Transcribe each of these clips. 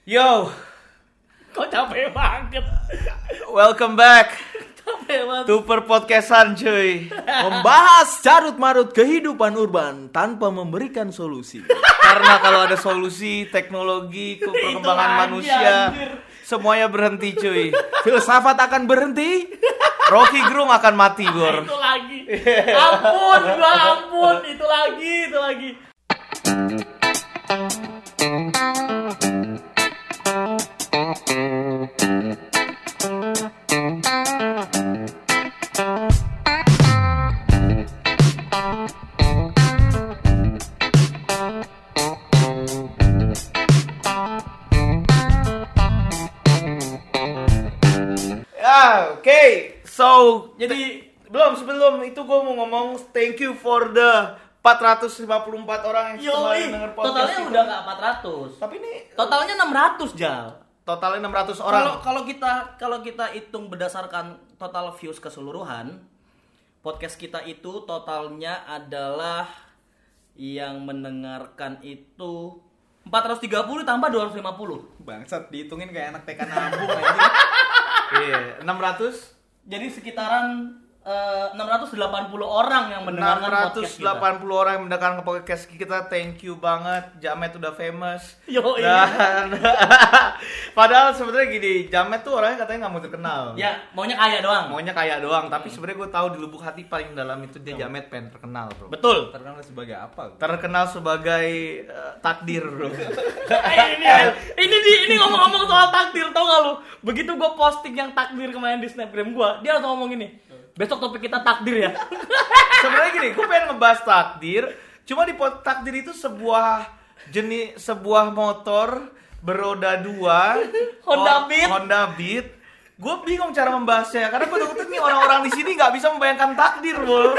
Yo, Kok capek banget? welcome back Capek banget. to Podcastan cuy. Membahas carut-marut kehidupan urban tanpa memberikan solusi. Karena kalau ada solusi, teknologi, perkembangan lagi, manusia, anjir. semuanya berhenti cuy. Filsafat akan berhenti. Rocky Gerung akan mati, Bor. Itu lagi. Ampun, itu lagi. Oke. So, jadi sebelum itu gue mau ngomong thank you for the 454 orang yang sudah Yoi, denger podcast totalnya kita. udah nggak 400. Tapi ini Totalnya 600, Jal. totalnya 600 orang. Kalau kita hitung berdasarkan total views keseluruhan, podcast kita itu totalnya adalah yang mendengarkan itu 430 tambah 250. Bangsat, dihitungin kayak anak TK nabung aja. Iya, 600 Jadi sekitaran 680 orang yang mendengarkan podcast kita. 680 orang yang mendengarkan podcast kita. Thank you banget. Jamet udah famous. Yoi. Dan padahal sebenarnya gini, Jamet tuh orangnya katanya nggak mau terkenal. Ya, maunya kaya doang. Maunya kaya doang, tapi sebenarnya gue tahu di lubuk hati paling dalam itu dia Jamet pengen terkenal, bro. Betul. Terkenal sebagai apa? Terkenal sebagai takdir, bro. Ini ngomong-ngomong soal takdir, tau gak lu? Begitu gue posting yang takdir kemarin di Snapgram gue, dia langsung ngomong gini, besok topik kita takdir ya. Sebenarnya gini, gue pengen ngebahas takdir. Cuma di takdir itu sebuah motor beroda 2 Honda Beat. Gue bingung cara membahasnya karena gue takut nih orang-orang di sini nggak bisa membayangkan takdir, bro.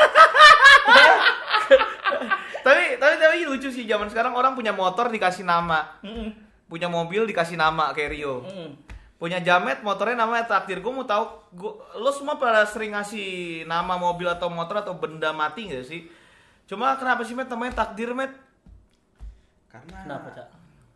tapi lucu sih, zaman sekarang orang punya motor dikasih nama, punya mobil dikasih nama kayak Rio. Punya Jamet, motornya namanya takdir. Gue mau tahu, lo semua pada sering ngasih nama mobil atau motor atau benda mati gak sih? Cuma kenapa sih, Met, namanya takdir, Met? Karena Kenapa, Cak?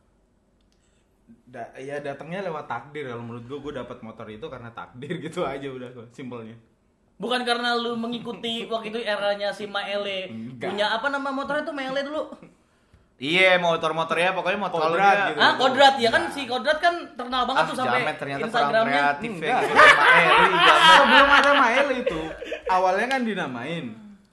ya datangnya lewat takdir. Kalau menurut gue dapat motor itu karena takdir gitu aja udah simpelnya. Bukan karena lu mengikuti waktu itu eranya si Maele. Enggak. Punya apa nama motornya tuh Maele dulu? Iya, motor-motornya pokoknya motor kalau Kodrat dia- gitu. Kodrat ya kan, si Kodrat kan terkenal banget tuh sampai Jamet ternyata kurang Instagramnya. kreatif ya Enggak. gitu. Jamet. Sebelum ada Mael itu, awalnya kan dinamain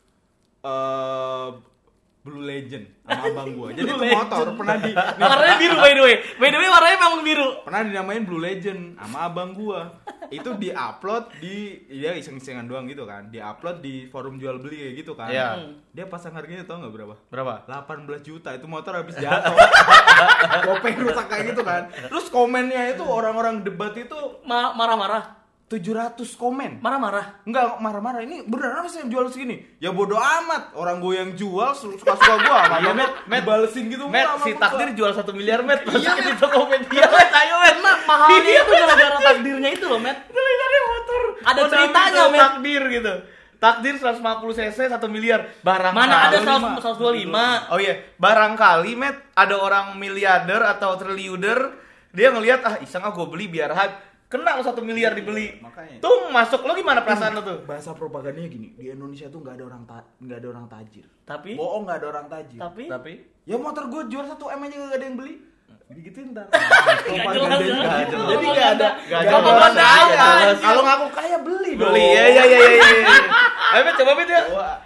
Blue Legend sama abang gua. Jadi Blue itu motor pernah Warnanya biru by the way. By the way warnanya memang biru. pernah dinamain Blue Legend sama abang gua. Itu di-upload dia iseng-isengan doang gitu kan. Di-upload di forum jual beli kayak gitu kan. Iya. Dia pasang harganya tau enggak berapa? Berapa? 18 juta. Itu motor habis jatuh. Kopeng rusak kayak gitu kan. Terus komennya itu orang-orang debat itu Marah-marah. 700 komen. Marah-marah. Enggak marah-marah, ini beneran apa sih yang jual segini? Ya bodo amat, orang gue yang jual suka-suka gue. Iya, Met, dibalesin gitu. Met, sama si gua. takdir jual 1 miliar, Met. Iya, Masukin di toko media, Met. Ayo, Met. Karena mahalnya itu gara-gara takdirnya itu loh, Met. Tulisannya motor. Ada Honda ceritanya, Beat, Met. Takdir gitu. Takdir 150 cc 1 miliar. Barangkali. Mana ada 125. Oh iya, barangkali, Met, ada orang miliarder atau triliuner, dia ngelihat iseng gue beli biar hype. Kena lo 1 miliar dibeli. Makanya. Tuh masuk lo gimana perasaan lo tuh? Bahasa propagandanya gini, di Indonesia tuh nggak ada orang tajir. Tapi Bohong, nggak ada orang tajir. tapi Ya motor gue jual 1 M aja nggak ada yang beli. Digituin ntar. Nggak jelas. Jadi nggak ada. Nggak nggak jelas. ada Nggak kaya. jelas. Kalau ngaku kaya beli dong. Beli, iya. Ayo, Met, coba, Met, ya.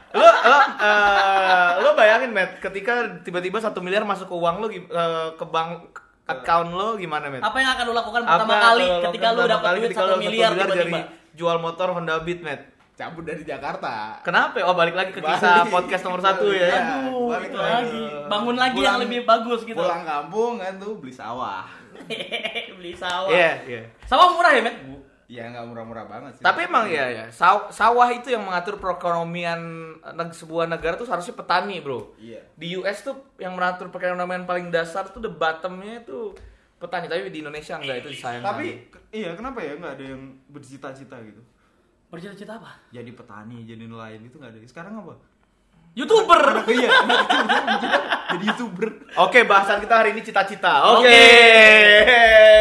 Lo bayangin, Met, ketika tiba-tiba 1 miliar masuk ke uang lo, ke bank account lo gimana, Met? apa yang akan lu lakukan Apa pertama kali kalau ketika lu pertama dapat kali duit ketika 1 lo miliar dari tiba-tiba? jual motor Honda Beat, Met? Cabut dari Jakarta. Kenapa? Oh, balik lagi ke kisah Balik. podcast nomor 1 ya. Iya. Aduh, balik itu lagi. lagi. Bangun lagi Pulang- yang lebih bagus gitu. Pulang kampung kan tuh beli sawah. Beli sawah. Iya. Sawah murah ya, Met? Ya nggak murah-murah banget sih. Tapi emang ya, sawah itu yang mengatur perekonomian sebuah negara tuh seharusnya petani, bro. Iya. Di US tuh yang mengatur perekonomian paling dasar tuh the bottomnya itu petani, tapi di Indonesia enggak, itu disayangkan. Tapi iya kenapa ya nggak ada yang bercita-cita gitu? Bercita-cita apa? Jadi petani, jadi nelayan itu nggak ada. Sekarang apa? YouTuber. Iya, jadi YouTuber. Oke, bahasan kita hari ini cita-cita. Oke. Oke.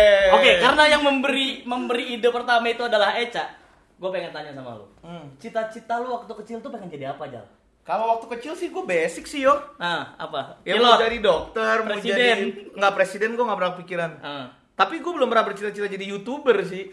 memberi ide pertama itu adalah Eca, gue pengen tanya sama lu. Cita-cita lu waktu kecil tuh pengen jadi apa, Jal? Kalau waktu kecil sih gue basic sih yo. Nah, apa? Ya mau jadi dokter, presiden. mau jadi nggak presiden gue nggak pernah pikiran. Tapi gue belum pernah bercita-cita jadi YouTuber sih.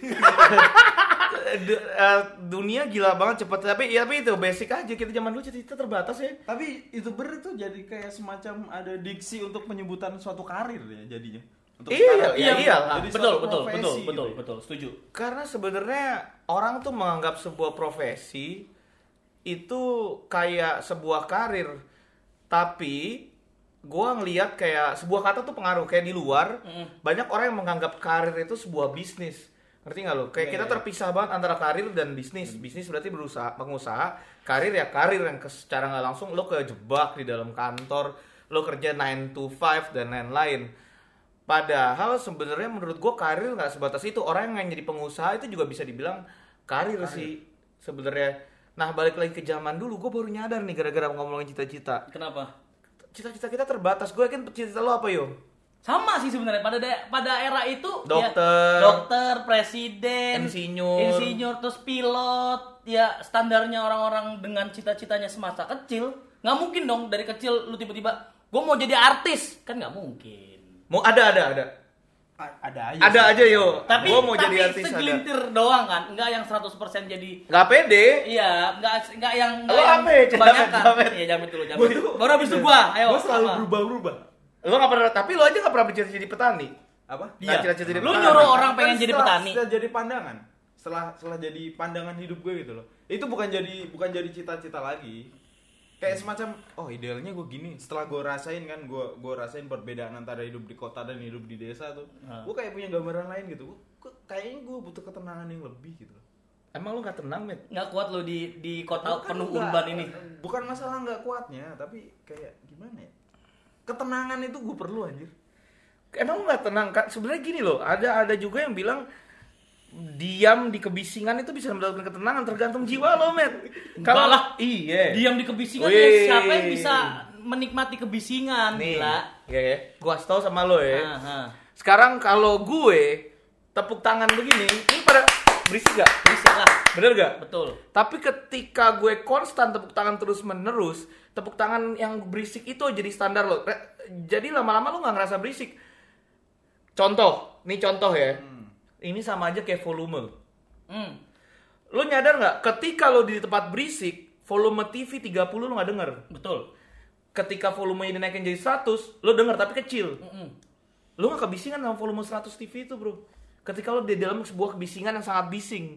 Dunia gila banget cepet, tapi itu basic aja. Kita zaman dulu cita-cita terbatas ya. Tapi YouTuber itu jadi kayak semacam ada diksi untuk penyebutan suatu karir ya jadinya. Untuk Iya, betul, setuju. Karena sebenarnya orang tuh menganggap sebuah profesi itu kayak sebuah karir, tapi gua ngelihat kayak sebuah kata tuh pengaruh. Kayak di luar banyak orang yang menganggap karir itu sebuah bisnis, ngerti nggak lo? Kayak kita terpisah banget antara karir dan bisnis. Bisnis berarti berusaha, pengusaha. Karir ya karir yang secara nggak langsung lo kejebak di dalam kantor, lo kerja 9 to 5 dan lain-lain. Padahal sebenarnya menurut gue karir nggak sebatas itu. Orang yang jadi pengusaha itu juga bisa dibilang karir. Sih sebenarnya. Nah balik lagi ke zaman dulu, gue baru nyadar nih gara-gara ngomongin cita-cita. Kenapa? Cita-cita kita terbatas. Gue yakin cita-cita lo apa yo? Sama sih sebenarnya pada era itu dokter, presiden, insinyur, terus pilot. Ya standarnya orang-orang dengan cita-citanya semasa kecil. Nggak mungkin dong dari kecil lu tiba-tiba gue mau jadi artis, kan nggak mungkin. Mau ada aja yo. Tapi gua mau jadi artis segelintir doang kan, enggak yang 100% jadi. Enggak pede. Iya, enggak yang kebanyakan. Iya, jamin dulu. Baru habis itu gua, ayo. Gua selalu berubah-ubah. Lo enggak pernah, tapi lo aja enggak pernah bercita-cita jadi petani. Apa? Iya. Cita-cita jadi lu petani. nyuruh orang pengen jadi petani. Setelah jadi pandangan. Setelah jadi pandangan hidup gue gitu loh. Itu bukan jadi cita-cita lagi. Kayak semacam idealnya gue gini. Setelah gue rasain kan, gue rasain perbedaan antara hidup di kota dan hidup di desa tuh. Gue kayak punya gambaran lain gitu. Kayaknya gue butuh ketenangan yang lebih gitu. Emang lu nggak tenang, Met? Nggak kuat lu di kota penuh urban ini. Bukan masalah nggak kuatnya, tapi kayak gimana ya? Ketenangan itu gue perlu anjir. Emang lu nggak tenang kan? Sebenarnya gini loh, ada juga yang bilang diam di kebisingan itu bisa mendapatkan ketenangan, tergantung jiwa lo, Met. Kalau iya. Diam di kebisingan ya siapa yang bisa menikmati kebisingan? Nih, gila. Ya. Gua kasih tau sama lo ya. Sekarang kalau gue tepuk tangan begini, ini pada berisik gak? Berisik lah. Bener gak? Betul. Tapi ketika gue konstan tepuk tangan terus menerus, tepuk tangan yang berisik itu jadi standar lo. Jadi lama-lama lo gak ngerasa berisik. Contoh ya. Ini sama aja kayak volume. Lo nyadar nggak? Ketika lo di tempat berisik, volume TV 30 lo nggak denger. Betul. Ketika volume ini naikin jadi 100, lo denger tapi kecil. Lo nggak kebisingan sama volume 100 TV itu, bro. Ketika lo di dalam sebuah kebisingan yang sangat bising.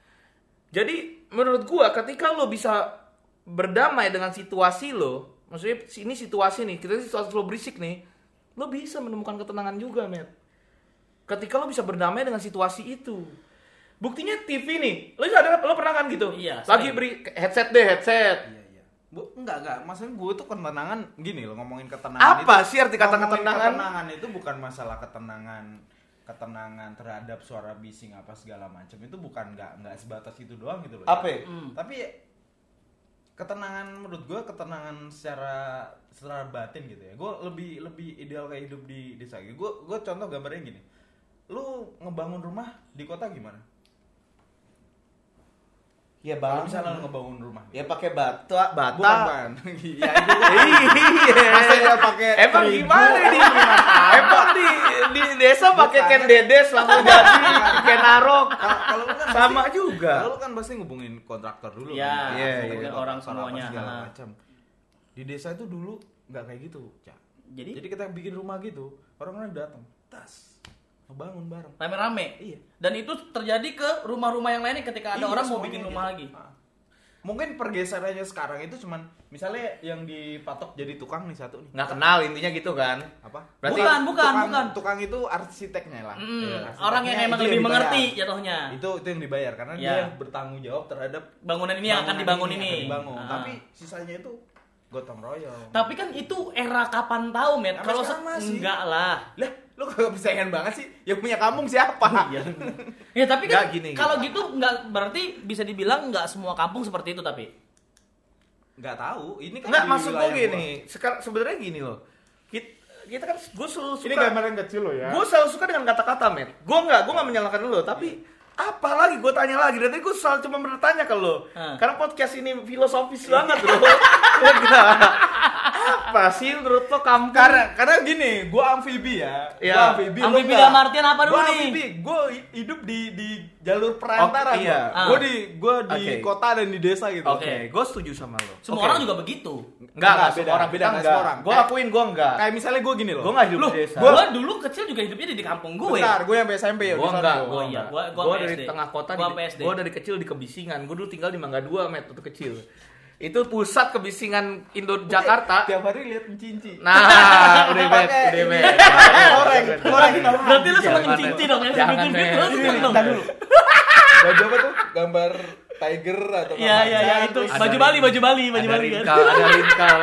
Jadi menurut gua, ketika lo bisa berdamai dengan situasi lo, maksudnya ini situasi nih, kita situasi lo berisik nih, lo bisa menemukan ketenangan juga, Met. Ketika lo bisa berdamai dengan situasi itu. Buktinya TV nih. Lo pernah kan gitu? Iya. Lagi beri headset. Iya. Enggak. Maksudnya gue tuh ketenangan gini lo ngomongin ketenangan. Apa sih arti kata ketenangan? Ketenangan itu bukan masalah ketenangan terhadap suara bising apa segala macam. Itu bukan enggak sebatas itu doang gitu loh. Apa? Tapi ketenangan menurut gue ketenangan secara batin gitu ya. Gue lebih ideal kayak hidup di desa. Gue contoh gambarnya gini. Lu ngebangun rumah di kota gimana? Ya Kalau misalnya lu ngebangun rumah. Ya pakai bata. Bukan. Iya. Masa ya pakai. Emang gimana nih? Emang di desa pakai ken dedes langsung jadi ken narok. Kalau kan sama juga. Kalau lu kan pasti ngubungin kontraktor dulu. Iya, orang semuanya. Segala macam. Di desa itu dulu nggak kayak gitu, Cak. Jadi kita bikin rumah gitu, orang-orang datang, ngebangun bareng rame-rame. Iya. Dan itu terjadi ke rumah-rumah yang lainnya ketika ada orang mau bikin rumah lagi. Mungkin pergeserannya sekarang itu cuman misalnya yang dipatok jadi tukang nih satu nih. Nggak kenal intinya gitu kan? Apa? Berarti bukan. Tukang itu arsiteknya lah. Orang yang emang lebih mengerti jatuhnya. Itu yang dibayar karena dia bertanggung jawab terhadap bangunan ini yang akan dibangun ini. Tapi sisanya itu gotong royong. Tapi kan itu era kapan tahu, Met? Kalau enggak lah. Lah, lu kagak persaingan banget sih. Yang punya kampung siapa? Ya tapi kan kalau gini. gitu enggak berarti bisa dibilang enggak semua kampung seperti itu tapi. Enggak tahu. Ini kan enggak maksud gue gini. Sekarang sebenarnya gini loh. kita kan gue selalu suka. Ini gambaran kecil loh ya. Gue selalu suka dengan kata-kata, men. Gue nggak menyalahkan lo, tapi apa lagi gue tanya lagi. Dari gue selalu cuma bertanya ke lo. Karena podcast ini filosofis banget, bro. Apa sih menurut lo kampung? Karena gini, gue amfibi ya. Iya. Amfibi dalam artian apa dulu nih? Amfibi, gue hidup di jalur perantara. Iya. Gue di kota dan di desa gitu. Oke, gue setuju sama lo. Semua orang juga begitu. Enggak beda. Semua orang Beda, enggak. semua orang. Gue akuin gue enggak. Kayak misalnya gue gini loh. Gue enggak hidup di desa. Gue dulu kecil juga hidupnya di kampung gue. Bentar, gue yang SMP ya. Gue enggak. Gua dari PSD. tengah kota. Gua PSD. Gue dari kecil di Kebisingan. Gue dulu tinggal di Mangga 2, met, waktu kecil. Itu pusat kebisingan Indo Jakarta. Tiap hari lihat cinci. Nah, udah bet. Koreng. Berarti lu seneng cinci dong ya? Jangan, Bentar dulu. Baju apa tuh? Gambar tiger atau Iya, itu baju Bali kan. Ada rinkal.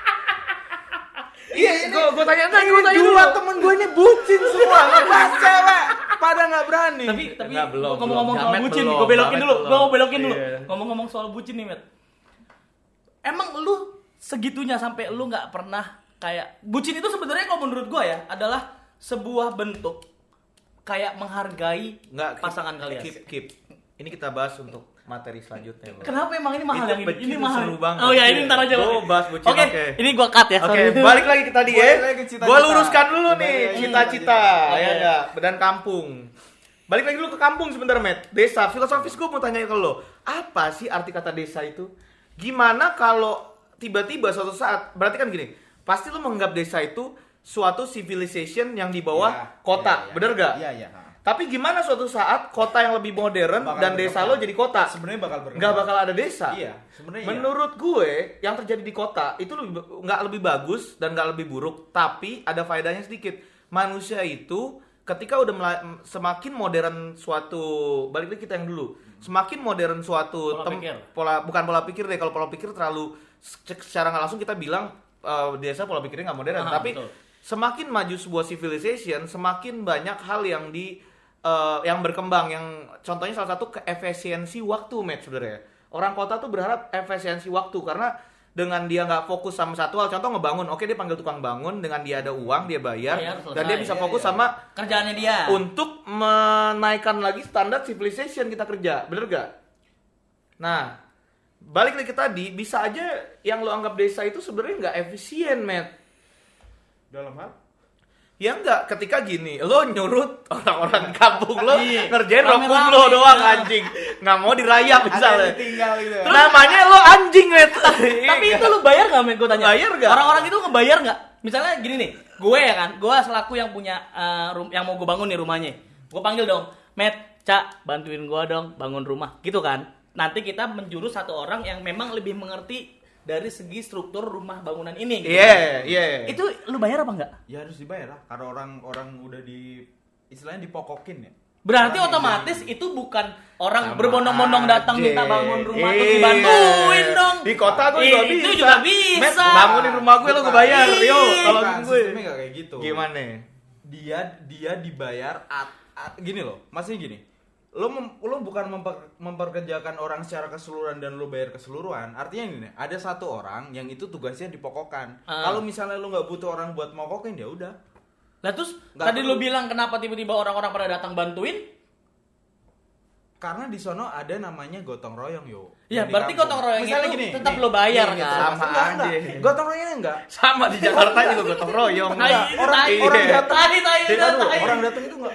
Iya, gue tanya dulu. Dua temen gue ini bucin semua. Pas cewek pada nggak berani. Tapi Enggak, belum, ngomong-ngomong soal Jamet bucin, belum, gue belokin Jamet dulu. belum. Gue mau belokin dulu. Iya. Ngomong-ngomong soal bucin nih, Met. Emang lu segitunya sampai lu nggak pernah kayak bucin itu sebenarnya kalau menurut gue ya adalah sebuah bentuk kayak menghargai pasangan kalian. Keep. Ini kita bahas untuk materi selanjutnya. Bro. Kenapa emang ini mahal Itu yang ini? bucin Ini mahal. seru banget. Oh ya, ini ntar aja. Gua bahas bucin, Oke, oke. ini gua cut ya. Oke, sorry. balik lagi ke tadi ya. Balik lagi ke cita-cita. Gua luruskan dulu nih Balik lagi. cita-cita Oke. ya enggak, dan kampung. Balik lagi dulu ke kampung sebentar, Met. Desa, filosofis gua mau tanya ke lo. Apa sih arti kata desa itu? Gimana kalau tiba-tiba suatu saat, berarti kan gini, pasti lo menganggap desa itu suatu civilization yang di bawah kota, bener gak? Iya. Tapi gimana suatu saat kota yang lebih modern Bakal dan desa lo jadi kota? Sebenarnya bakal berkembang. Nggak bakal ada desa. Iya, sebenarnya Menurut gue, yang terjadi di kota itu nggak lebih bagus dan nggak lebih buruk, tapi ada faedahnya sedikit. Manusia itu ketika udah semakin modern suatu, balik lagi kita yang dulu, semakin modern suatu bukan pola pikir deh. Kalau pola pikir terlalu secara nggak langsung kita bilang desa pola pikirnya nggak modern, tapi betul. Semakin maju sebuah civilization, semakin banyak hal yang yang berkembang, yang contohnya salah satu keefisiensi waktu, Matt, sebenarnya. Orang kota tuh berharap efisiensi waktu karena dengan dia nggak fokus sama satu hal, contoh ngebangun, oke dia panggil tukang bangun, dengan dia ada uang dia bayar dan dia bisa fokus sama kerjaannya dia untuk menaikkan lagi standar civilization kita kerja, bener gak? Nah, balik lagi ke tadi, bisa aja yang lo anggap desa itu sebenarnya nggak efisien, Matt. Dalam hal? Ya enggak, ketika gini, lo nyurut orang-orang kampung lo ngerjain rokum Rame-rame. lo doang, anjing. Nggak mau dirayap misalnya. Tinggal gitu. Namanya lo anjing, Met. Tapi itu lu bayar nggak, Met? Gue tanya. Bayar nggak? Orang-orang itu ngebayar nggak? Misalnya gini nih, gue ya kan, gue selaku yang punya yang mau gue bangun nih rumahnya, gue panggil dong, Met, Cak, bantuin gue dong bangun rumah, gitu kan? Nanti kita menjurus satu orang yang memang lebih mengerti dari segi struktur rumah bangunan ini. Iya. Itu lu bayar apa enggak? Ya harus dibayar lah, karena orang udah istilahnya dipokokin ya. Berarti otomatis itu bukan orang berbondong-bondong datang minta bangun rumah terus dibantuin dong. Di kota gue juga bisa. Itu juga bisa. Met, bangunin rumah gue lo gue bayar. Yo, kalau gue. Sistemnya nggak kayak gitu. Gimana? Dia dibayar gini loh, maksudnya gini. Lo bukan memperkerjakan orang secara keseluruhan dan lo bayar keseluruhan. Artinya gini, ada satu orang yang itu tugasnya dipokokkan. Kalau misalnya lo nggak butuh orang buat mokokin, ya udah. Lah terus Nggak tadi perlu. lu bilang kenapa tiba-tiba orang-orang pada datang bantuin? Karena di sono ada namanya gotong royong, yo. Ya, Di berarti kampung. gotong royong Misalnya itu gini, tetap nih, lo bayar nih, kan? Sama Enggak. aja. Gotong royongnya enggak. Sama di Jakarta juga gotong royong. Orang datang tai. orang datang itu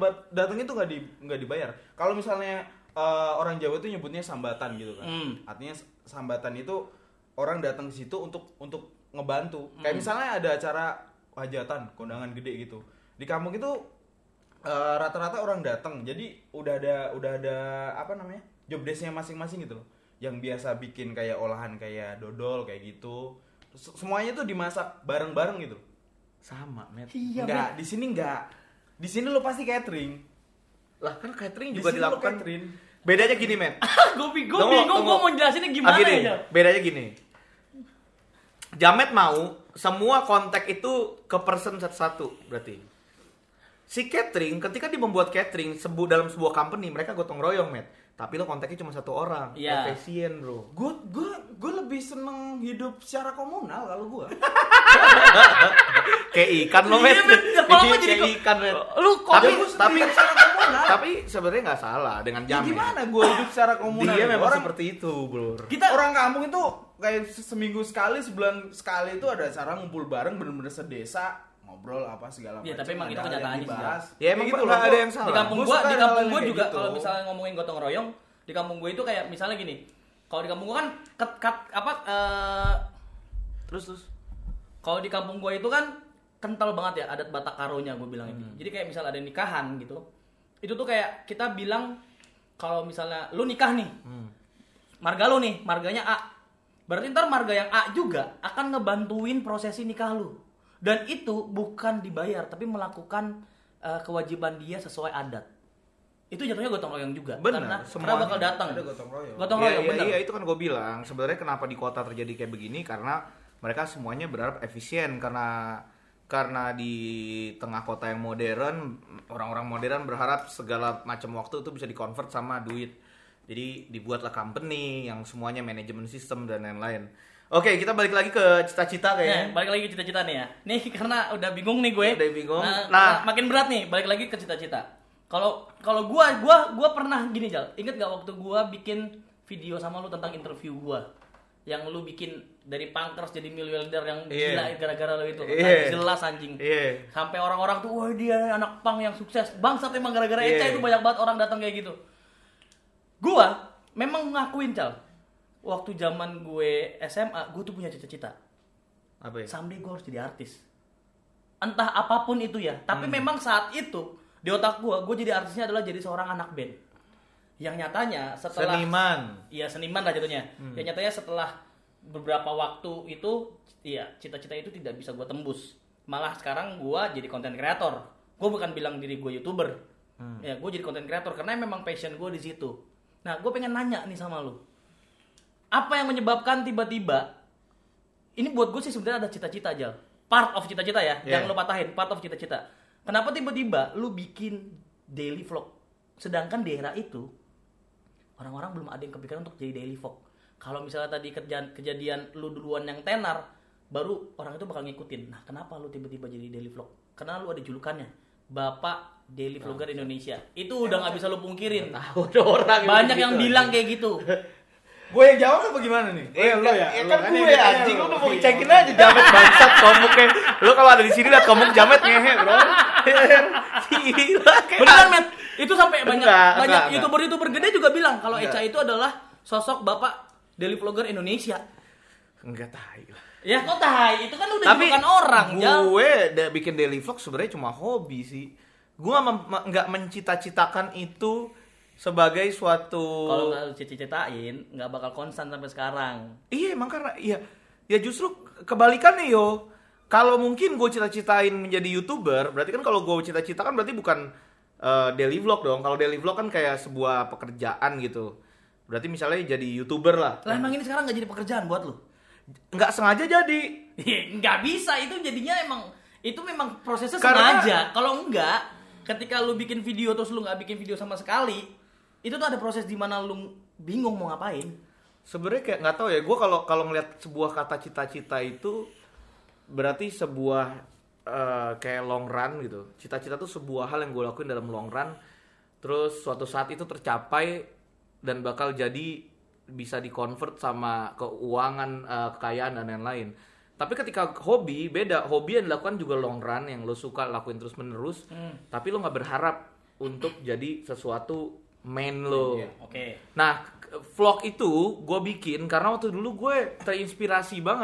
nggak dibayar. Kalau misalnya orang Jawa itu nyebutnya sambatan gitu kan. Artinya sambatan itu orang datang ke situ untuk ngebantu. Kayak misalnya ada acara hajatan, kondangan gede gitu. Di kampung itu rata-rata orang datang. Jadi udah ada apa namanya? Job desk-nya masing-masing gitu loh. Yang biasa bikin kayak olahan kayak dodol kayak gitu. Semuanya tuh dimasak bareng-bareng gitu. Sama, Met. Iya, Enggak, di sini enggak. Di sini lo pasti catering. Lah kan catering Di juga sini lo dilakukan. catering. Bedanya gini, Met. Gue bingung, gue mau jelasinnya gimana gini, ya? bedanya gini. Jamet mau semua kontak itu ke person satu-satu berarti. Si catering, ketika dia membuat catering dalam sebuah company, mereka gotong royong, Matt. Tapi lo kontaknya cuma satu orang. Iya. Efisien, bro. Gue lebih seneng hidup secara komunal kalau gue. Kayak ikan lo, Matt. Kalau gue jadi kayak ikan, Matt. Lu Tapi sebenarnya nggak salah dengan Ya Jamet. gimana gue hidup secara komunal? Dia memang orang, seperti itu, bro. orang kampung itu kayak seminggu sekali, sebulan sekali itu ada acara ngumpul bareng bener-bener sedesa. Ngobrol apa segala macam. Iya, tapi emang itu kenyataannya sih. Ya emang gitu nggak ada yang Di salah. kampung Gua gue juga gitu. kalau misalnya ngomongin gotong royong, di kampung gue itu kayak misalnya gini. Kalau di kampung gue kan terus kalau di kampung gue itu kan kental banget ya adat Batak Karonya gue bilang itu. Jadi kayak misal ada nikahan gitu. Itu tuh kayak kita bilang kalau misalnya lu nikah nih. Marga lu nih, marganya A. Berarti ntar marga yang A juga akan ngebantuin prosesi nikah lu. Dan itu bukan dibayar, tapi melakukan kewajiban dia sesuai adat. Itu jatuhnya gotong royong juga. Benar, karena bakal datang. Ada gotong royong. Gotong royong, benar. Iya, itu kan gue bilang. Sebenarnya kenapa di kota terjadi kayak begini? Karena mereka semuanya berharap efisien. Karena di tengah kota yang modern, orang-orang modern berharap segala macam waktu itu bisa di-convert sama duit. Jadi dibuatlah company yang semuanya manajemen sistem dan lain-lain. Oke, kita balik lagi ke cita-cita kayaknya. Balik lagi ke cita-cita nih ya. Nih karena udah bingung nih gue. Udah bingung. Nah, makin berat nih. Balik lagi ke cita-cita. Kalau gua pernah gini, Jal. Ingat gak waktu gua bikin video sama lu tentang interview gua? Yang lu bikin dari punkers jadi miliarder yang gila gara-gara lu itu. Jelas anjing. Sampai orang-orang tuh, wah dia anak punk yang sukses. Bangsat emang gara-gara Eca itu banyak banget orang datang kayak gitu. Gua memang ngakuin, Cal. Waktu zaman gue SMA, gue tuh punya cita-cita. Apa ya? Someday gue harus jadi artis. Entah apapun itu ya. Tapi memang saat itu, di otak gue jadi artisnya adalah jadi seorang anak band. Yang nyatanya setelah... Seniman. Iya, seniman lah jatuhnya. Yang nyatanya setelah beberapa waktu itu, iya, cita-cita itu tidak bisa gue tembus. Malah sekarang gue jadi content creator. Gue bukan bilang diri gue YouTuber. Ya, gue jadi content creator karena memang passion gue di situ. Nah, gue pengen nanya nih sama lu. Apa yang menyebabkan tiba-tiba ini buat gue sih sebenarnya ada cita-cita aja. Part of cita-cita ya, yang lu patahin, part of cita-cita. Kenapa tiba-tiba lu bikin daily vlog? Sedangkan di era itu orang-orang belum ada yang kepikiran untuk jadi daily vlog. Kalau misalnya tadi kejadian lu duluan yang tenar, baru orang itu bakal ngikutin. Nah, kenapa lu tiba-tiba jadi daily vlog? Karena lu ada julukannya, Bapak Daily Vlogger Indonesia. Itu udah nggak bisa lu pungkirin. Banyak yang bilang kayak gitu. Gue yang jawab apa gimana nih? Lo ya. Kan gue anjing, lu udah mau cekin aja Jamet bangsat komuknya. Lu kalau ada di sini lihat komuk Jamet ngehe, bro. Gila. Beneran, Met. Itu sampai banyak Enggak. YouTuber gede juga bilang kalau Eca itu adalah sosok Bapak Daily Vlogger Indonesia. Enggak tahu. Ya kok tai, itu kan udah bukan orang, gue bikin daily vlog sebenarnya cuma hobi sih. Gue nggak mencita-citakan itu sebagai suatu... Kalau nggak cita-citain, nggak bakal konstan sampai sekarang. Iya, emang karena ya justru kebalikannya yo. Kalau mungkin gue cita-citain menjadi YouTuber, berarti kan kalau gue cita-citakan berarti bukan daily vlog dong. Kalau daily vlog kan kayak sebuah pekerjaan gitu. Berarti misalnya jadi YouTuber lah. Lah emang ini sekarang nggak jadi pekerjaan buat lu? Nggak sengaja jadi. Nggak bisa, itu jadinya itu memang prosesnya sengaja. Kalau enggak, ketika lu bikin video terus lu nggak bikin video sama sekali, itu tuh ada proses di mana lu bingung mau ngapain. Sebenarnya kayak nggak tahu ya. Gue kalau ngeliat sebuah kata cita-cita itu berarti sebuah kayak long run gitu. Cita-cita tuh sebuah hal yang gue lakuin dalam long run. Terus suatu saat itu tercapai dan bakal jadi bisa di-convert sama keuangan, kekayaan dan lain-lain. Tapi ketika hobi beda. Hobi yang dilakukan juga long run yang lo suka lakuin terus-menerus. Tapi lo nggak berharap untuk jadi sesuatu main lo. Oke. Nah, vlog itu gue bikin karena waktu dulu gue terinspirasi banget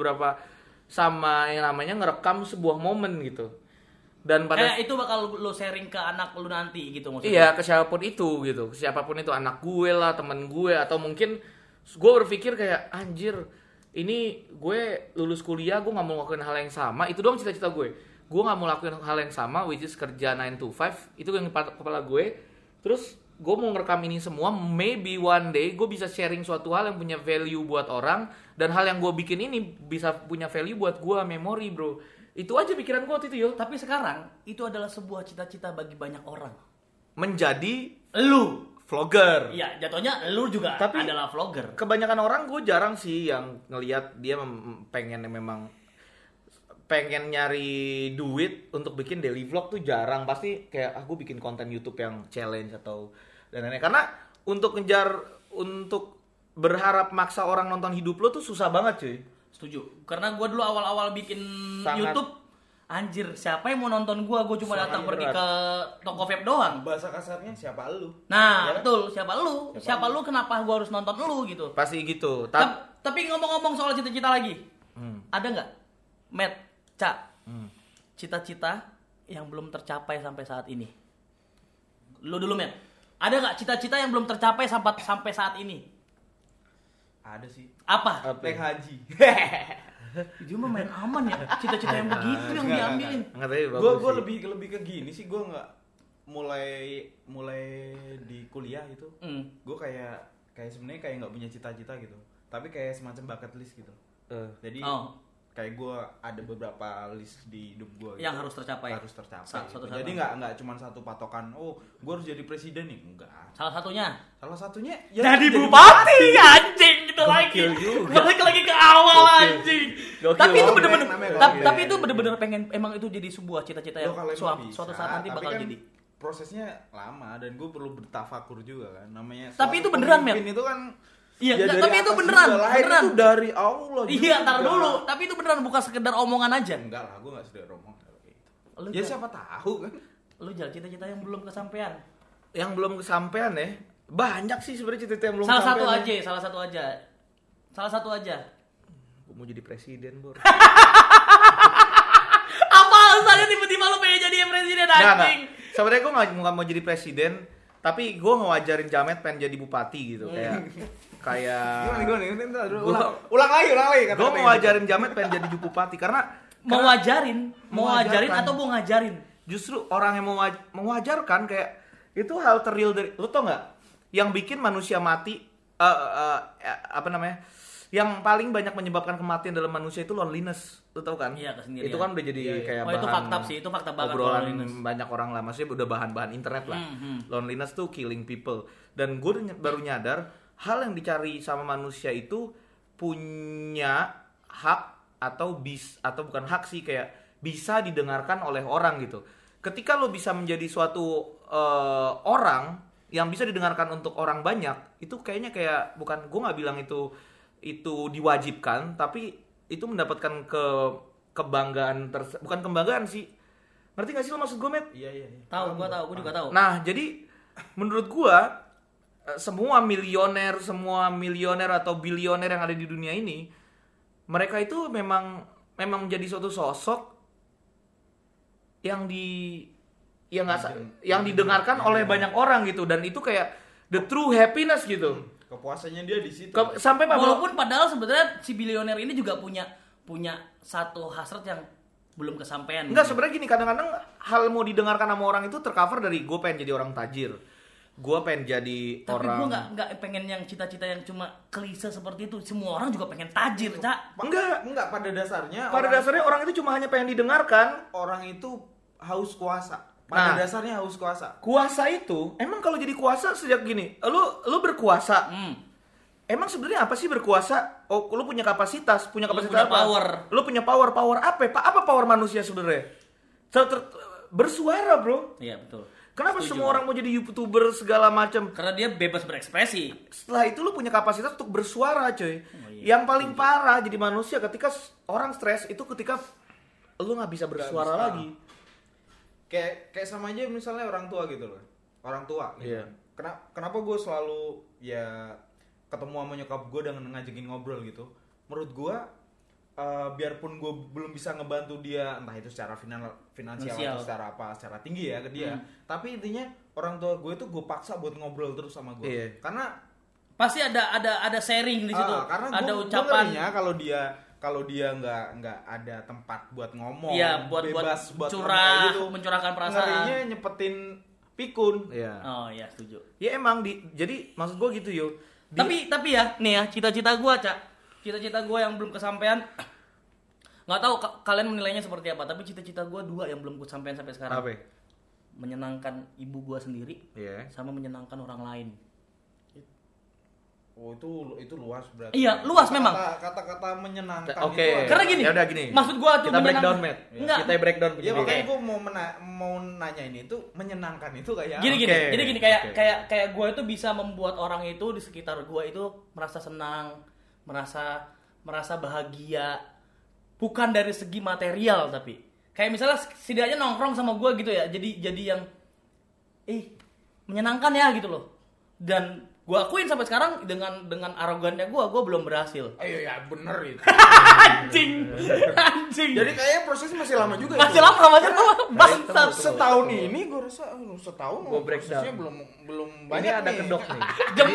sama yang namanya ngerekam sebuah momen gitu. Dan pada itu bakal lo sharing ke anak lu nanti gitu maksudnya. Iya, ke siapapun itu gitu. Ke siapapun itu, anak gue lah, temen gue, atau mungkin gue berpikir kayak anjir, ini gue lulus kuliah gue nggak mau ngelakuin hal yang sama. Itu doang cita-cita gue. Gue nggak mau ngelakuin hal yang sama, which is kerja 9 to 5. Itu yang di kepala gue. Terus gue mau ngerekam ini semua, maybe one day gue bisa sharing suatu hal yang punya value buat orang, dan hal yang gue bikin ini bisa punya value buat gue, memori bro. Itu aja pikiran gue waktu itu, yo. Tapi sekarang itu adalah sebuah cita-cita bagi banyak orang. Menjadi Lu vlogger. Iya, jatuhnya lu juga tapi adalah vlogger. Kebanyakan orang gue jarang sih yang ngelihat dia pengen nyari duit untuk bikin daily vlog tuh jarang. Pasti kayak aku bikin konten YouTube yang challenge atau dan lain-lain. Karena untuk berharap maksa orang nonton hidup lo tuh susah banget cuy. Setuju. Karena gue dulu awal-awal bikin YouTube, anjir siapa yang mau nonton gue cuma datang pergi ke toko vape doang. Bahasa kasarnya siapa lu? Nah, ya? Betul, siapa lu kenapa gue harus nonton lu gitu. Pasti gitu. Tapi ngomong-ngomong soal cita-cita lagi. Ada nggak? Matt, Cak. Cita-cita yang belum tercapai sampai saat ini. Lu dulu, Matt. Ada nggak cita-cita yang belum tercapai sampai saat ini? Ada sih. Apa? Naik haji. Dia mah main aman ya. Cita-cita yang begitu yang diambilin. Gue lebih ke gini sih. Gue nggak mulai di kuliah gitu. Gue kayak sebenarnya kayak nggak punya cita-cita gitu. Tapi kayak semacam bucket list gitu. Jadi kayak gue ada beberapa list di hidup gue yang harus tercapai. Gitu. Jadi nggak cuma satu patokan. Oh, gue harus jadi presiden nih. Enggak. Salah satunya ya jadi bupati anjing gitu lagi. Balik lagi ke awal anjing. Tapi itu bener-bener tapi itu bener-bener pengen emang itu jadi sebuah cita-cita yang suatu saat nanti bakal jadi. Prosesnya lama dan gue perlu bertafakur juga kan namanya. Tapi itu beneran, Mer. Itu kan iya, ya tapi itu beneran. Itu dari Allah. Iya, ntar dulu. Tapi itu beneran bukan sekedar omongan aja. Enggak lah, gue nggak sekedar omongan gitu. Ya siapa tahu kan. Lu jalan cita-cita yang belum kesampaian. Yang belum kesampaian ya? Banyak sih sebenarnya cita-cita yang belum salah kesampaian. Salah satu aja. Gue mau jadi presiden, Bor. Apa alasannya tiba-tiba lu pengen jadi presiden anjing? Sebenarnya gue nggak mau jadi presiden, tapi gue ngewajarin Jamet pengen jadi bupati gitu kayak ulang lagi gue mau ngajarin Jamet pengen jadi bupati karena mau ngajarin atau mau ngajarin justru orang yang mau mewajarkan kayak itu hal terreal dari lu tau nggak yang bikin manusia mati yang paling banyak menyebabkan kematian dalam manusia itu loneliness, lu tau kan? Iya, kesendirian. Itu kan udah jadi kayak bahan itu fakta sih, itu fakta banget obrolan banyak orang lah, maksudnya udah bahan-bahan internet lah. Loneliness tuh killing people. Dan gue baru nyadar hal yang dicari sama manusia itu punya hak atau bukan hak sih, kayak bisa didengarkan oleh orang gitu. Ketika lo bisa menjadi suatu orang yang bisa didengarkan untuk orang banyak, itu kayaknya kayak bukan, gue nggak bilang itu diwajibkan, tapi itu mendapatkan kebanggaan bukan kebanggaan sih. Ngerti gak sih lo maksud gue, Met? Iya. Gue juga tahu. Nah, jadi menurut gue semua milioner atau bilioner yang ada di dunia ini, mereka itu memang menjadi suatu sosok yang didengarkan oleh banyak orang gitu, dan itu kayak the true happiness gitu. Kepuasannya dia di situ. Sampai walaupun padahal sebenarnya si bilioner ini juga punya satu hasrat yang belum kesampaian. Enggak, sebenarnya gini, kadang-kadang hal mau didengarkan sama orang itu tercover dari gue pengen jadi orang tajir. Gue pengen jadi tapi orang. Tapi gue nggak pengen yang cita-cita yang cuma klise seperti itu. Semua orang juga pengen tajir, Cak. Enggak, pada dasarnya orang itu cuma hanya pengen didengarkan. Orang itu haus kuasa. Pada dasarnya haus kuasa. Kuasa itu, emang kalau jadi kuasa sejak gini, lu berkuasa. Emang sebenarnya apa sih berkuasa? Oh, lu punya kapasitas punya apa? Power. Lu punya power apa? Apa power manusia sebenarnya? Bersuara, bro. Iya, betul. Kenapa semua orang mau jadi YouTuber segala macam? Karena dia bebas berekspresi. Setelah itu lu punya kapasitas untuk bersuara, coy. Yang paling parah jadi manusia ketika orang stres itu ketika lu nggak bisa bersuara lagi. Kayak sama aja misalnya orang tua gitu loh. Orang tua gitu. Yeah. Kenapa gue selalu ya ketemu sama nyokap gue dan ngajakin ngobrol gitu. Menurut gue biarpun gue belum bisa ngebantu dia entah itu secara finansial atau secara tinggi ya ke dia. Tapi intinya orang tua gue tuh gue paksa buat ngobrol terus sama gue. Yeah. Karena pasti ada sharing di situ. Karena ada ucapan kalau dia nggak ada tempat buat ngomong, iya, buat curah, gitu, mencurahkan perasaan. Ngerinya nyepetin pikun. Iya. Oh iya, setuju. Ya emang jadi maksud gue gitu yo. Tapi ya, nih ya, cita-cita gue, Cak. Cita-cita gue yang belum kesampaian. Nggak tahu kalian menilainya seperti apa, tapi cita-cita gue 2 yang belum gue sampein sampai sekarang. Apa? Menyenangkan ibu gue sendiri, sama menyenangkan orang lain. Oh itu luas berarti. Iya, luas memang. Kata-kata menyenangkan Oke. itu. Karena gini. Ya udah gini. Maksud gua tuh kita breakdown, Matt. Enggak. Kita breakdown. Ya makanya gua mau nanya ini tuh menyenangkan itu kayak gini. Oke. Jadi gini kayak gua itu bisa membuat orang itu di sekitar gua itu merasa senang, merasa bahagia. Bukan dari segi material tapi kayak misalnya setidaknya nongkrong sama gua gitu ya. Jadi yang menyenangkan ya gitu loh. Dan gue akuin sampai sekarang dengan arogannya gue belum berhasil. Ayo ya bener itu. Anjing. Jadi kayaknya prosesnya masih lama juga. Masih lama. Bangsat. Setahun ini gue rasa setahun Gua prosesnya breakdown. belum Ini banyak ada nih. kedok nih.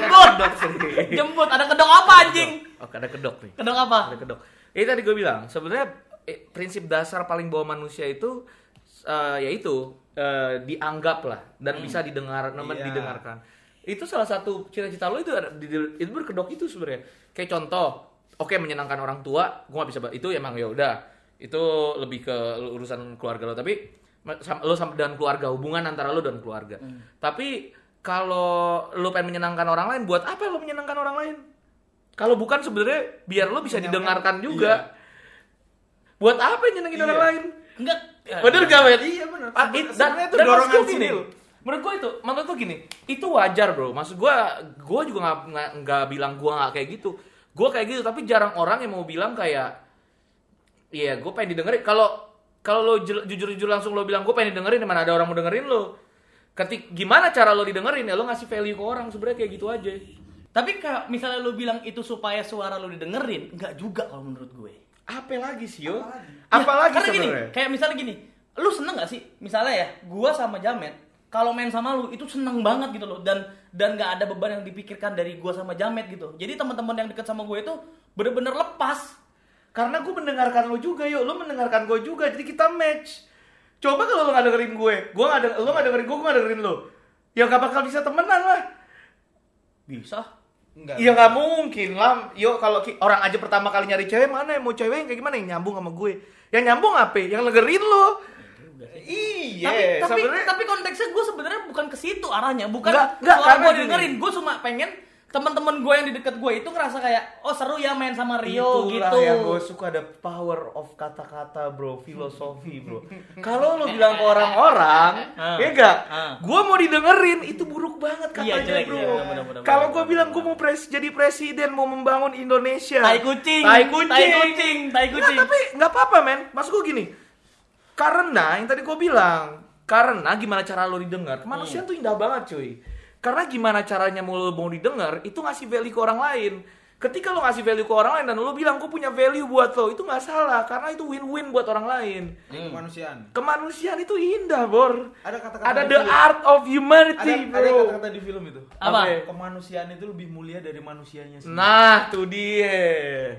Jemput. Ada kedok apa anjing? Oke, ada kedok nih. Kedok apa? Ada kedok. Ini tadi gue bilang, sebenarnya prinsip dasar paling bawah manusia itu yaitu dianggap lah dan bisa didengarkan. Itu salah satu cita-cita lo itu berkedok itu sebenarnya. Kayak contoh, oke, menyenangkan orang tua, gue gak bisa itu emang ya udah. Itu lebih ke urusan keluarga lo, tapi lo sama dengan keluarga, hubungan antara lo dan keluarga. Tapi kalau lo pengen menyenangkan orang lain, buat apa lo menyenangkan orang lain? Kalau bukan sebenarnya biar lo bisa didengarkan juga. Iya. Buat apa nyenengin orang lain? Enggak. Bener gak, Bet? Iya bener. Dan itu dorongan sini. Menurut gue gini, itu wajar bro. Maksud gue juga nggak bilang gue nggak kayak gitu. Gue kayak gitu, tapi jarang orang yang mau bilang kayak, iya gue pengen didengerin. Kalau lo jujur langsung lo bilang gue pengen didengerin, mana ada orang mau dengerin lo. Gimana cara lo didengerin ya lo ngasih value ke orang, sebenarnya kayak gitu aja. Tapi kalau misalnya lo bilang itu supaya suara lo didengerin, enggak juga kalau menurut gue. Apa lagi sih yo? Apalagi sebenarnya? Kayak misalnya gini, lu seneng nggak sih? Misalnya ya, gue sama Jamet kalau main sama lu itu seneng banget gitu loh, dan nggak ada beban yang dipikirkan dari gue sama Jamet gitu. Jadi teman-teman yang deket sama gue itu bener-bener lepas. Karena gue mendengarkan lo juga, yuk lo mendengarkan gue juga, jadi kita match. Coba kalau lo nggak dengerin gue lo nggak dengerin gue nggak dengerin lo, ya nggak bakal bisa temenan lah. Bisa? Iya nggak mungkin lah. Yuk kalau orang aja pertama kali nyari cewek, mana yang mau cewek yang kayak gimana yang nyambung sama gue? Yang nyambung apa? Yang dengerin lo. Iya. Tapi konteksnya gue sebenarnya bukan ke situ arahnya, bukan nggak soal gue dengerin. Gue cuma pengen teman-teman gue yang di dekat gue itu ngerasa kayak, oh seru ya main sama Rio. Itulah gitu. Yang gue suka, ada power of kata-kata bro, filosofi bro. Kalau lo bilang ke orang-orang, ya enggak, gue mau didengerin, itu buruk banget katanya jelek, bro. Iya, Kalau gue bilang gue mau jadi presiden, mau membangun Indonesia, tai kucing. Nah, tapi nggak apa-apa men, maksud gue gini, karena yang tadi gue bilang, karena gimana cara lo didengar, kemanusiaan tuh indah banget cuy. Karena gimana caranya mau didengar, itu ngasih value ke orang lain. Ketika lo ngasih value ke orang lain dan lo bilang gue punya value buat lo, itu nggak salah, karena itu win-win buat orang lain. Kemanusiaan itu indah, Bor. Ada the art of humanity, bro. Ada kata-kata di film itu. Apa? Kemanusiaan itu lebih mulia dari manusianya sendiri. Nah, tuh dia.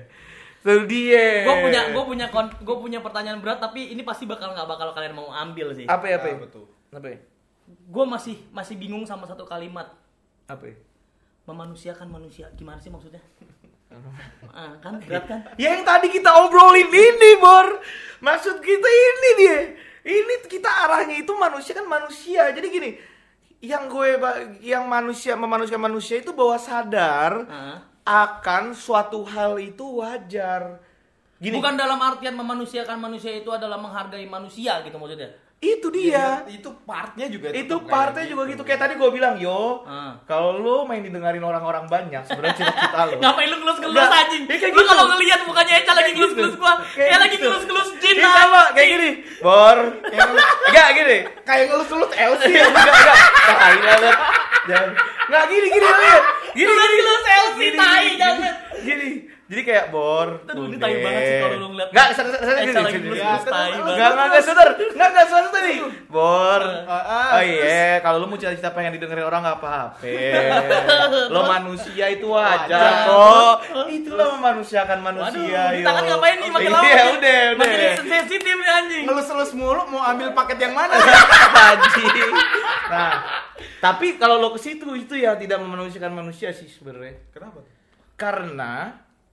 Gue punya pertanyaan berat, tapi ini pasti nggak bakal kalian mau ambil sih. Apa ya? Betul. Apa ya? Gue masih bingung sama satu kalimat. Apa ya? Memanusiakan manusia, gimana sih maksudnya? Kan berat kan? Ya yang tadi kita obrolin ini, Bor. Maksud kita ini dia. Ini kita arahnya itu manusia kan manusia. Jadi gini, yang memanusiakan manusia itu bahwa sadar akan suatu hal itu wajar. Gini. Bukan dalam artian memanusiakan manusia itu adalah menghargai manusia gitu maksudnya. Itu dia. Itu partnya juga. Itu partnya juga gitu. Kayak tadi gue bilang, kalau lo main didengarin orang-orang banyak, sebenarnya cita-cita lo. Ngapain lu ngelus-ngelus anjing? Lu kalau ngelihat mukanya Eca lagi ngelus-ngelus gua, kayak lagi ngelus-ngelus Jin. Ini sama kayak gini. Bor. Enggak gini. Kayak ngelus-ngelus Elsie. Enggak. Jangan. Enggak gini lihat. Gini ngelus Elsie tai jangan. Gini. Jadi kayak Bor. Aduh, ini tai banget sih kalau lu ngeliat. Enggak, saya gini. Enggak, sadar. Enggak sadar tadi. Bor. Oh iya, kalau lu mau cita-cita pengen didengerin orang enggak apa-apa. Lo manusia itu wajar kok. Itulah memanusiakan manusia. Waduh, tangan ngapain nih makin lama? Iya, udah. Makin sensitif nih anjing. Ngelus-ngelus mulu mau ambil paket yang mana? Anjing. Nah, tapi kalau lo ke situ itu ya tidak memanusiakan manusia sih sebenarnya. Kenapa? Karena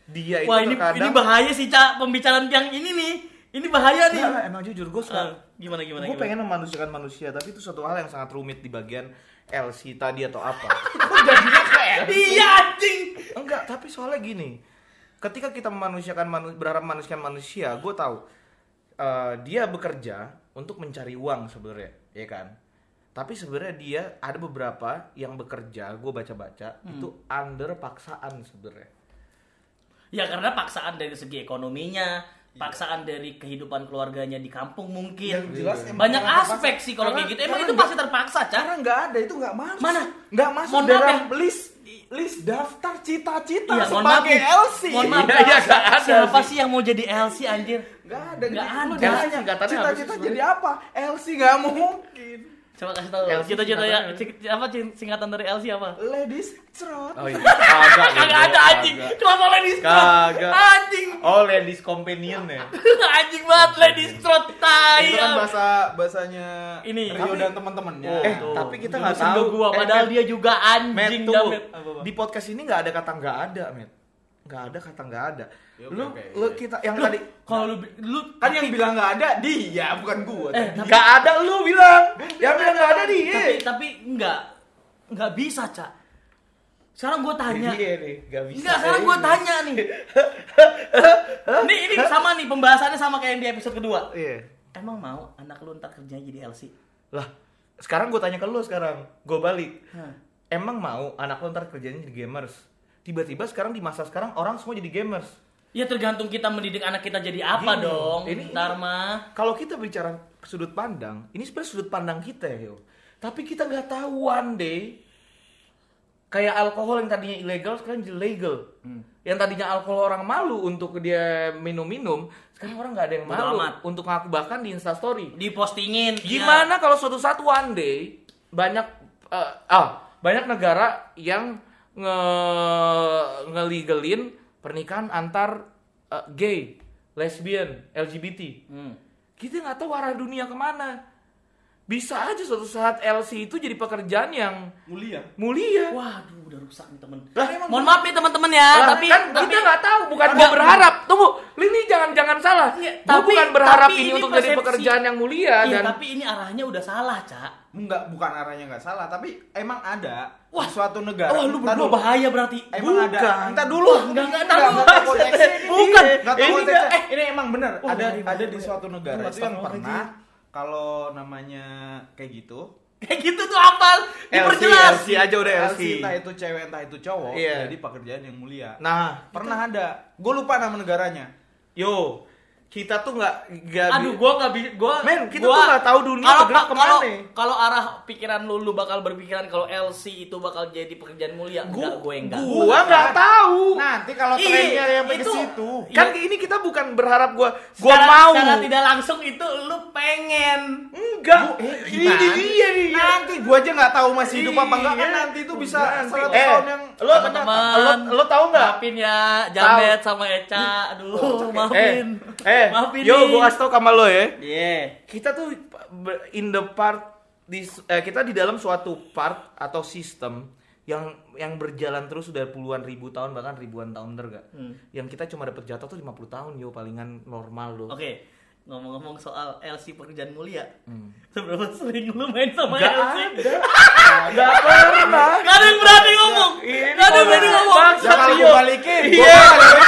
dia itu Wah, ini bahaya sih, Cak, pembicaraan yang ini nih. Ini bahaya nih. Nah, emang jujur gue suka. Gimana? Gue pengen memanusiakan manusia, tapi itu suatu hal yang sangat rumit di bagian LC tadi atau apa. Kok jadinya kayak Iya, anjing. Enggak, tapi soalnya gini. Ketika kita berharap memanusiakan manusia, gue tahu dia bekerja untuk mencari uang sebenarnya, ya kan? Tapi sebenarnya dia ada beberapa yang bekerja, gue baca-baca itu under paksaan sebenarnya. Ya karena paksaan dari segi ekonominya, paksaan dari kehidupan keluarganya di kampung mungkin. Yang jelas banyak aspek sih kalau kayak gitu. Emang itu pasti terpaksa, Cak. Karena nggak ada, itu nggak masuk. Mana? Nggak masuk Mohon maaf dalam ya. list daftar cita-cita Iya, sebagai LC. Mohon maaf. Iya, nggak ada Siapa sih. sih yang mau jadi LC anjir? Nggak ada. Nggak Lu ada. nanya, Singkatannya apa sih cita-cita sebenarnya? jadi apa? LC nggak mungkin. Coba kasih tahu. LC Cita-cita ya, singkatannya. apa singkatan dari LC apa? Ladies Trot. Oh iya. Kagak. Kagak ada anjing. Kenapa ladies trot? Kagak. Anjing. Oh, ladies companion ya. Anjing banget ladies trot tai. Itu kan bahasanya Ini. Rio dan teman-temannya. Tapi kita nggak tahu. Gua padahal Matt, dia juga Matt, anjing tunggu. jamet. Di podcast ini nggak ada kata nggak ada, Matt. Nggak ada kata nggak ada. Ya, Lu oke. kita yang tadi Kalau lu Kan yang bilang nggak ada dia, bukan gua. nggak ada, lu bilang. Yang bilang nggak ada dia. tapi enggak bisa, Cak. Sekarang gue tanya. Iya nih, nggak bisa. Enggak, sekarang gue tanya nih. Ini sama nih pembahasannya sama kayak yang di episode kedua. Iya. Emang mau anak lu ntar kerjanya jadi LC? Lah, sekarang gue tanya ke lu sekarang. Gue balik. Hah. Emang mau anak lu ntar kerjanya jadi gamers? Tiba-tiba sekarang di masa sekarang orang semua jadi gamers. Ya tergantung kita mendidik anak kita jadi apa Gini, dong. ini- Ntar mah. Kalau kita bicara sudut pandang, ini sebenarnya sudut pandang kita ya, yo. Tapi kita nggak tahu one day kayak alkohol yang tadinya ilegal sekarang jadi legal. Yang tadinya alkohol orang malu untuk dia minum-minum, sekarang orang nggak ada yang Bodo malu amat. untuk ngaku bahkan di Instastory. Dipostingin. Gimana kalau suatu saat one day banyak banyak negara yang ngelegalin pernikahan antar gay, lesbian, LGBT. Kita nggak tahu arah dunia kemana. Bisa aja suatu saat LC itu jadi pekerjaan yang mulia. Waduh, udah rusak nih temen. Lah, Mohon maaf nih teman-teman ya, Lah, tapi kan kita nggak tahu, bukan Enggak. gua berharap. Tunggu, ini jangan salah. Iya, Gua bukan berharap tapi ini untuk persepsi. jadi pekerjaan yang mulia Iya, dan tapi ini arahnya udah salah, Cak. Bukan arahnya nggak salah, tapi emang ada Wah. di suatu negara. Oh, lu Ntar berdua dulu. bahaya berarti. Emang Bukan. ada. Entar dulu. Enggak Nggak tahu. tahu konteksnya. Bukan. Nggak tahu Ini konteksnya. Ini emang bener. Oh, Ada di suatu negara itu yang Astagfirullahaladzim. pernah kalau namanya kayak gitu. Kayak gitu tuh apa? Diperjelas. LC aja udah LC. Entah itu cewek entah itu cowok. Iya. Jadi pekerjaan yang mulia. nah, Pernah ada. Gue lupa nama negaranya. yo, kita tuh nggak Aduh, gua nggak bisa. Men, kita tuh nggak tahu dunia bergerak kemana. Kalau arah pikiran lu bakal berpikiran kalau LC itu bakal jadi pekerjaan mulia. Enggak, gue enggak. Gua nggak tahu. Nanti kalau Iya, trennya yang ke itu- situ. Kan ini kita bukan berharap gua Secara- mau. Secara tidak langsung itu lu pengen. Enggak. Ini Gimana? dia nih. Nanti gua aja nggak tahu masih hidup apa enggak kan Iya. nanti itu bisa Nanti. 100 tahun yang lo Teman-teman. lo tahu nggak? Maafin ya, Jamet sama Eca. Aduh, maafin. Maafin yo, nih. gua kasih tau sama lo ya. Iya. Kita tuh in the part kita di dalam suatu part atau sistem yang berjalan terus sudah puluhan ribu tahun bahkan ribuan tahun gak? Yang kita cuma dapat jatah tuh 50 tahun yo palingan normal lo. Oke. Ngomong-ngomong soal LC pekerjaan mulia. Seberapa sering lu main sama Gak LC? ada. Gak pernah. Gak ada yang berani ngomong. Gak ada yang berani ngomong. Ya kalau Yo. gue balikin, Iya.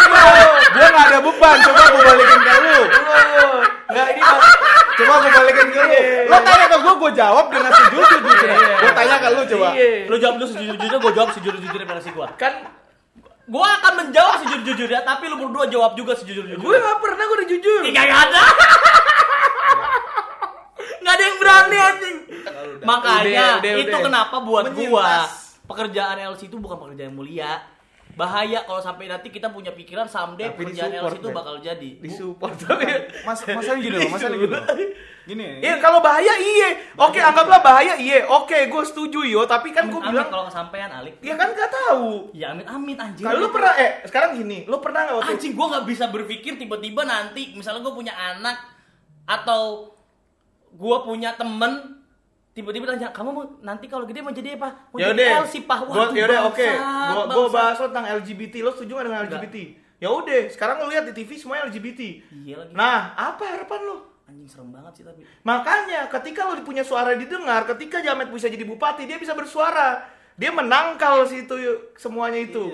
gue gak ada beban. Coba gue balikin ke lu. Nggak ini Coba gue balikin ke lu. Lo tanya ke gue jawab dengan sejujur-jujurnya. Gue tanya ke lu coba. Iya. Lu jawab dulu sejujur-jujurnya, gue jawab sejujur-jujurnya versi gue. Kan Gue akan menjawab sejujur-jujurnya, tapi lu berdua jawab juga sejujur-jujurnya. gue nggak pernah, gue udah jujur. Gak ada. Gak ada yang berani anjing. Makanya Udah. itu kenapa buat Menyintas. gua pekerjaan LC itu bukan pekerjaan yang mulia. Bahaya kalau sampai nanti kita punya pikiran someday Tapi pekerjaan disupport, LC itu men. bakal jadi. Disupport tapi Masalahnya gini loh, masalahnya gini loh. Gini. iya kalau bahaya iya. Oke, anggaplah bahaya iya. Oke, gue setuju yo, tapi kan gue Amit bilang kalau kesampean Alik. ya kan gak tahu. Ya amit-amit anjing. Kalau lu pernah sekarang gini, lu pernah nggak waktu Anjing gua nggak bisa berpikir tiba-tiba nanti misalnya gua punya anak atau gua punya temen tiba-tiba tanya kamu mau nanti kalau gede mau jadi apa? Mau jadi Yaudah, LC Pak. yaudah oke. bangsat, Gue bangsat. bahas tentang LGBT. Lo setuju nggak dengan LGBT? Ya udah, sekarang lu lihat di TV semuanya LGBT. Iya lagi. Nah, apa harapan lu? Anjing serem banget sih tapi. Makanya ketika lu punya suara didengar, ketika Jamet bisa jadi bupati, dia bisa bersuara. Dia menangkal situ semuanya itu.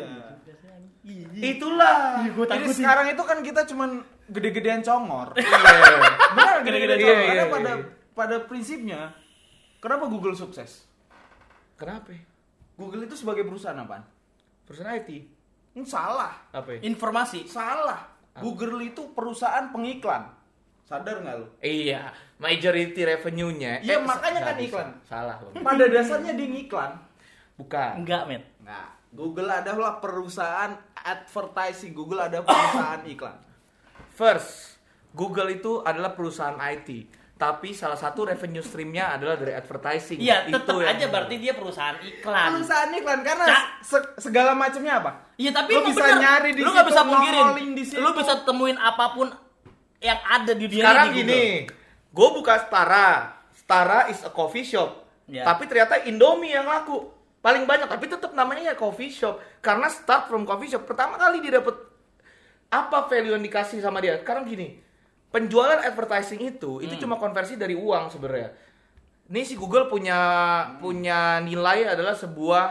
Iya. Itulah. Jadi sekarang itu kan kita cuman gede-gedean congor. Iya. Benar gede-gedean congor. Iya, Karena iya. pada prinsipnya, kenapa Google sukses? Kenapa? Google itu sebagai perusahaan apaan? Perusahaan IT. Salah. Apa? Informasi. Salah. Google itu perusahaan pengiklan. Sadar nggak lu? Iya, majority revenue-nya. Iya, makanya kan nggak iklan. bisa. Salah loh. Pada dasarnya dia ngiklan. Bukan. Enggak, men. Nggak. Google adalah perusahaan advertising. Google adalah perusahaan iklan. First, Google itu adalah perusahaan IT. Tapi salah satu revenue stream-nya adalah dari advertising. Iya, tetap Itu yang- aja berarti dia perusahaan iklan. Perusahaan iklan karena Cak. segala macamnya apa? Iya, tapi Lu emang bisa bener. nyari di Lu nggak situ, bisa pungkirin. nongolin di situ. Lu bisa temuin apapun yang ada di dunia Sekarang ini di gini, gue buka Stara is a coffee shop. Ya. Tapi ternyata Indomie yang laku paling banyak, tapi tetap namanya ya coffee shop karena start from coffee shop. Pertama kali dia dapet apa value yang dikasih sama dia. Sekarang gini, penjualan advertising itu cuma konversi dari uang sebenarnya. Ini si Google punya nilai adalah sebuah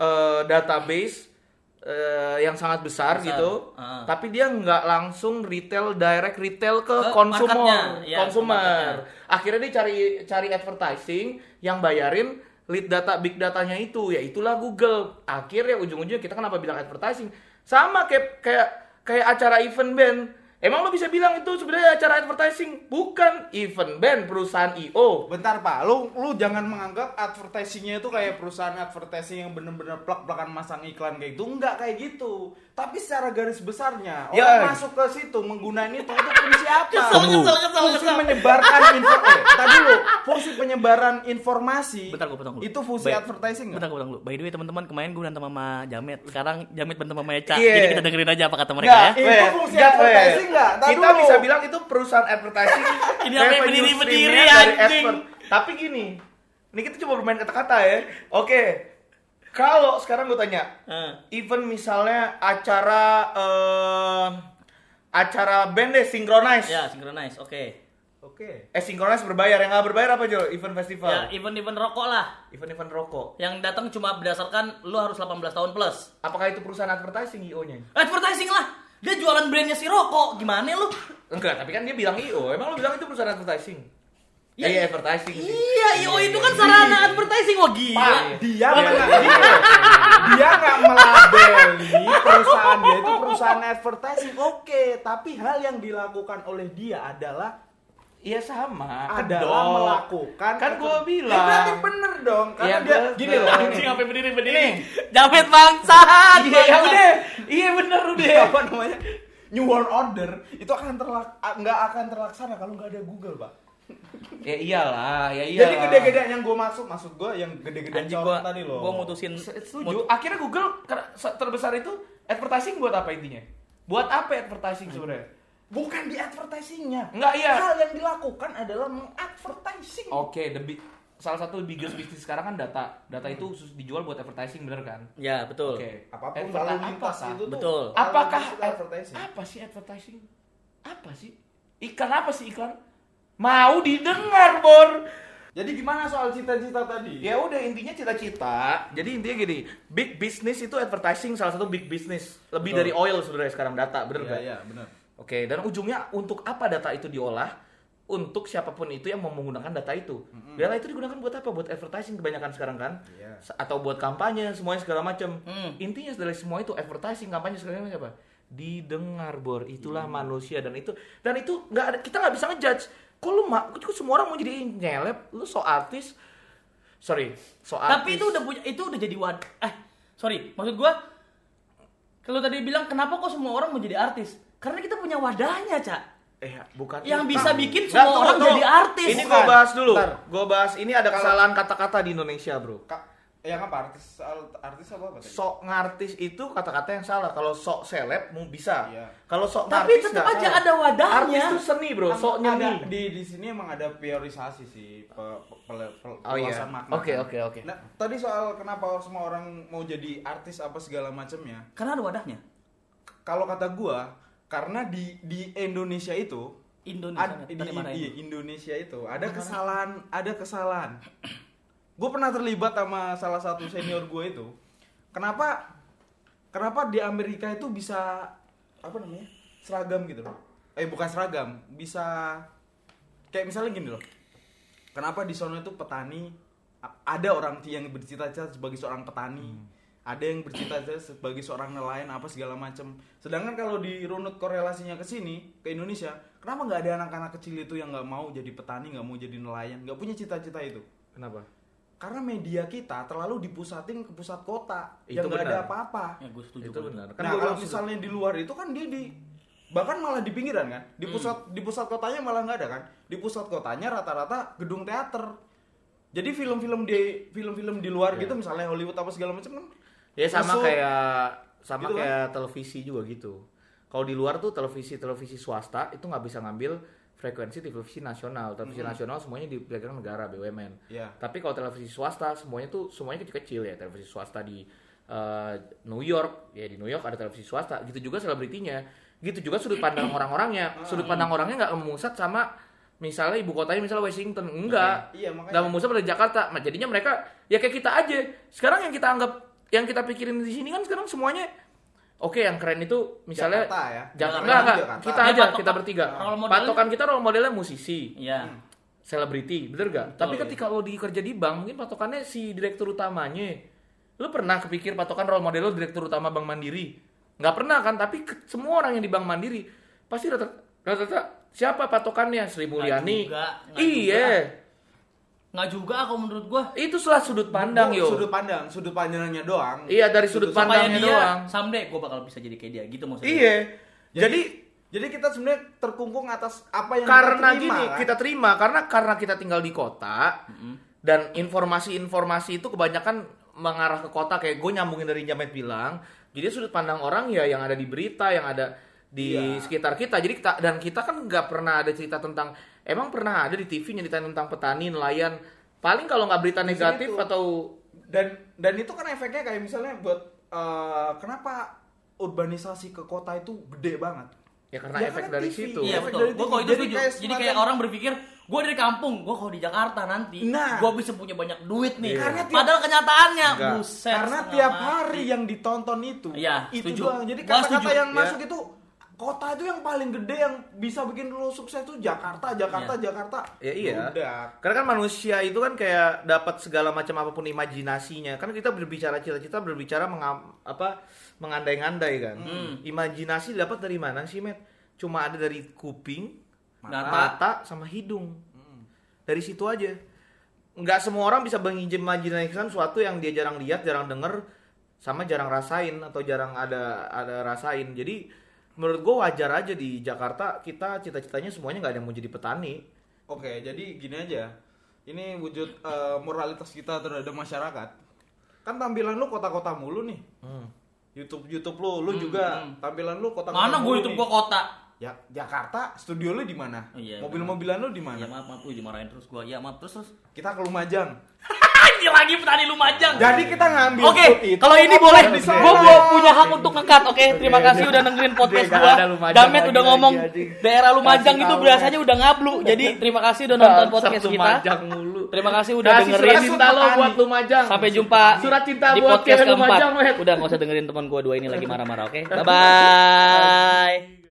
database yang sangat besar gitu. Tapi dia nggak langsung direct retail ke marketnya. Ya, consumer. Akhirnya dia cari advertising yang bayarin lead data big datanya itu, ya itulah Google. Akhirnya ujung-ujungnya kita kenapa bilang advertising? Sama kayak acara event band. Emang lo bisa bilang itu sebenarnya acara advertising? Bukan, event band perusahaan IO. Bentar Pak, lu jangan menganggap advertisingnya itu kayak perusahaan advertising yang bener-bener plak-plakan masang iklan kayak gitu. Enggak kayak gitu. Tapi secara garis besarnya, Ya. orang masuk ke situ menggunakan itu untuk fungsi apa? Fungsi Kesel. menyebarkan tadi lu, fungsi penyebaran informasi. Bentar, gua potong dulu. Itu fungsi Baik. advertising Bentar, enggak? gue potong dulu. By the way, teman-teman, kemarin gue berantem sama Jamet. Sekarang Jamet berantem sama Eca. Iya. Jadi kita dengerin aja apa kata mereka Nggak, ya. Itu fungsi advertising nggak? Tar Kita dulu. bisa bilang itu perusahaan advertising. Ini apa yang revenue berdiri-berdiri, streamnya dari anjing? advert. Tapi gini, ini kita coba bermain kata-kata ya. Oke, kalau sekarang gue tanya, event misalnya acara band deh, Synchronize. Ya, synchronize. Oke. Oke. Synchronize berbayar, yang nggak berbayar apa Jo? Event festival. Ya, event-event rokok lah. Event-event rokok. Yang datang cuma berdasarkan lu harus 18 tahun plus. Apakah itu perusahaan advertising IO-nya? Advertising lah. Dia jualan brandnya si rokok. Gimana lu? Enggak, tapi kan dia bilang IO. Emang lu bilang itu perusahaan advertising? Iya, advertising sih. Iya, IO itu kan sarana advertising. Wah, gila. Pak, dia nggak melabeli perusahaan dia itu perusahaan advertising. Oke, tapi hal yang dilakukan oleh dia adalah Iya sama. adalah melakukan Kan gua berarti bilang. bener dong karena Iya, dia bener. gini loh. Anjing sampai berdiri-berdiri. Nih. Jamet bangsat. Iya, ya udah. Iya bener udah. Apa namanya? New World Order itu nggak akan terlaksana kalau nggak ada Google, Pak. Ya iyalah, ya iyalah. Jadi gede-gedean yang gue maksud gue yang gede-gedean Anjing corong tadi loh. gua mutusin Setuju. Akhirnya Google terbesar itu advertising buat apa intinya? Buat apa advertising sebenarnya? Bukan di advertisingnya. Enggak, iya. Hal yang dilakukan adalah mengadvertising. Oke, salah satu biggest bisnis sekarang kan data. Data itu khusus dijual buat advertising, bener kan? Ya, betul. Oke. Apapun Advertising lalu lintas apakah? itu tuh. Betul. Apakah advertising? Apa sih advertising? Apa sih? Iklan apa sih iklan? Mau didengar, Bor. Jadi gimana soal cita-cita tadi? Ya udah intinya cita-cita. Jadi intinya gini, big business itu advertising salah satu big business. Lebih Betul. dari oil sebenarnya sekarang data, bener kan? Iya, benar. Oke, dan ujungnya untuk apa data itu diolah? Untuk siapapun itu yang mau menggunakan data itu. Data itu digunakan buat apa? Buat advertising kebanyakan sekarang kan? Iya. Atau buat kampanye, semuanya segala macam. Intinya dari semua itu advertising, kampanye segala macam apa? Didengar, Bor. Itulah manusia dan itu nggak ada, kita nggak bisa ngejudge. Kok semua orang mau jadi nyeleb, lu so artis. Tapi itu udah jadi sorry, maksud gua kalau tadi bilang kenapa kok semua orang mau jadi artis? Karena kita punya wadahnya, Cak. Bukan Yang bisa bikin Nggak, semua tunggu, orang tunggu. jadi artis. Ini Bukan. gue bahas dulu. Bentar. Gue bahas ini ada kesalahan kata-kata di Indonesia, Bro. Yang apa artis apa tadi? Sok ngartis itu kata-kata yang salah. Kalau sok seleb bisa. Iya. Kalau sok Tapi ngartis tetap nggak aja salah. ada wadahnya. Artis itu seni, Bro. Sok nyanyi. Di sini emang ada priorisasi sih Oh iya. peluasan makna. Oke. Nah, tadi soal kenapa semua orang mau jadi artis apa segala macamnya. Karena ada wadahnya. kalau kata gua, karena di Indonesia itu Indonesia itu ada kesalahan. Gue pernah terlibat sama salah satu senior gue itu. Kenapa di Amerika itu bisa seragam gitu loh? Bukan seragam, bisa kayak misalnya gini loh. Kenapa di sana itu petani, ada orang yang bercita-cita sebagai seorang petani. Ada yang bercita-cita sebagai seorang nelayan apa segala macam. Sedangkan kalau dirunut korelasinya ke sini, ke Indonesia, kenapa nggak ada anak-anak kecil itu yang nggak mau jadi petani, nggak mau jadi nelayan, nggak punya cita-cita itu? Kenapa? Karena media kita terlalu dipusatin ke pusat kota, yang nggak ada apa-apa. Ya, gue setuju. Itu benar. Kan kalau misalnya di luar itu kan dia bahkan malah di pinggiran kan, di pusat kotanya malah nggak ada kan. Di pusat kotanya rata-rata gedung teater. Jadi film-film di luar gitu, misalnya Hollywood apa segala macam kan. Ya sama masuk, gitu kayak kan? Televisi juga gitu. Kalau di luar tuh televisi swasta itu nggak bisa ngambil frekuensi televisi nasional. Televisi nasional semuanya dipegang negara, BUMN. Yeah. Tapi kalau televisi swasta semuanya kecil-kecil ya. Televisi swasta di New York, ya di New York ada televisi swasta. Gitu juga selebritinya. Gitu juga sudut pandang orang-orangnya. Sudut pandang orangnya nggak memusat sama misalnya ibu kotanya misalnya Washington, enggak. Iya, makanya. Nggak memusat pada Jakarta. Nah, jadinya mereka ya kayak kita aja. Sekarang yang kita pikirin di sini kan sekarang semuanya oke, yang keren itu misalnya Jakarta ya. Enggak. Kita aja, kita bertiga. Patokan kita role modelnya musisi. Iya. Selebriti, bener gak? Tapi ketika lo kerja di bank, mungkin patokannya si direktur utamanya. Lo pernah kepikir patokan role model lo direktur utama Bank Mandiri? Nggak pernah kan? Tapi semua orang yang di Bank Mandiri pasti rata-rata siapa patokannya? Sri Mulyani. Iya. Nggak juga kalau menurut gua. Itu salah sudut pandang, Sudut pandangnya doang. Iya, dari sudut pandangnya doang. Someday gua bakal bisa jadi kayak dia, gitu maksudnya. Iya. Jadi kita sebenarnya terkungkung atas apa yang karena kita terima. Kita terima karena kita tinggal di kota dan informasi itu kebanyakan mengarah ke kota, kayak gue nyambungin dari Jamet bilang. Jadi sudut pandang orang ya yang ada di berita, yang ada di sekitar kita. Jadi kita kan nggak pernah ada cerita tentang, emang pernah ada di TV nyeritain tentang petani, nelayan. Paling kalau nggak berita negatif itu. Atau dan itu kan efeknya kayak misalnya buat kenapa urbanisasi ke kota itu gede banget. Ya karena efek dari TV. situ. Iya betul. Gue kalau itu setuju. Jadi kayak orang berpikir, gue dari kampung, gue kalau di Jakarta nanti, gue bisa punya banyak duit nih. Karena padahal kenyataannya, buset. Karena tiap hari yang ditonton itu doang. Jadi kata-kata yang masuk itu, kota itu yang paling gede yang bisa bikin lo sukses itu Jakarta. Ya iya. Udah. Karena kan manusia itu kan kayak dapat segala macam apapun imajinasinya. Kan kita berbicara cita-cita, berbicara mengandai-andai kan. Imajinasi dapat dari mana sih, Met? Cuma ada dari kuping, mata sama hidung. Dari situ aja. Nggak semua orang bisa mengimajinasikan sesuatu yang dia jarang lihat, jarang denger, sama jarang rasain atau jarang ada rasain. Jadi menurut gue wajar aja di Jakarta kita cita-citanya semuanya nggak ada yang mau jadi petani. Oke, jadi gini aja. Ini wujud moralitas kita terhadap masyarakat. Kan tampilan lu kota-kota mulu nih. YouTube lu juga tampilan lu kota-kota. Mana gue YouTube gua kota? Ya Jakarta, studio lu di mana? Iya, mobil-mobilan lu di mana? Iya maaf, dimarahin terus gua. Iya maaf terus. Kita ke Lumajang. Ini lagi petani Lumajang. Jadi kita ngambil. Oke, kalau ini boleh. Gua punya hak untuk ngekat. Oke, terima kasih udah dengerin podcast gua. Damet udah ngomong daerah Lumajang itu biasanya udah ngablu. Jadi terima kasih udah nonton podcast kita. Terima kasih udah dengerin. Surat cinta lo buat Lumajang. Sampai jumpa surat cinta di buat podcast keempat. Lumajang. Udah nggak usah dengerin teman gua dua ini lagi marah-marah. Oke, bye bye.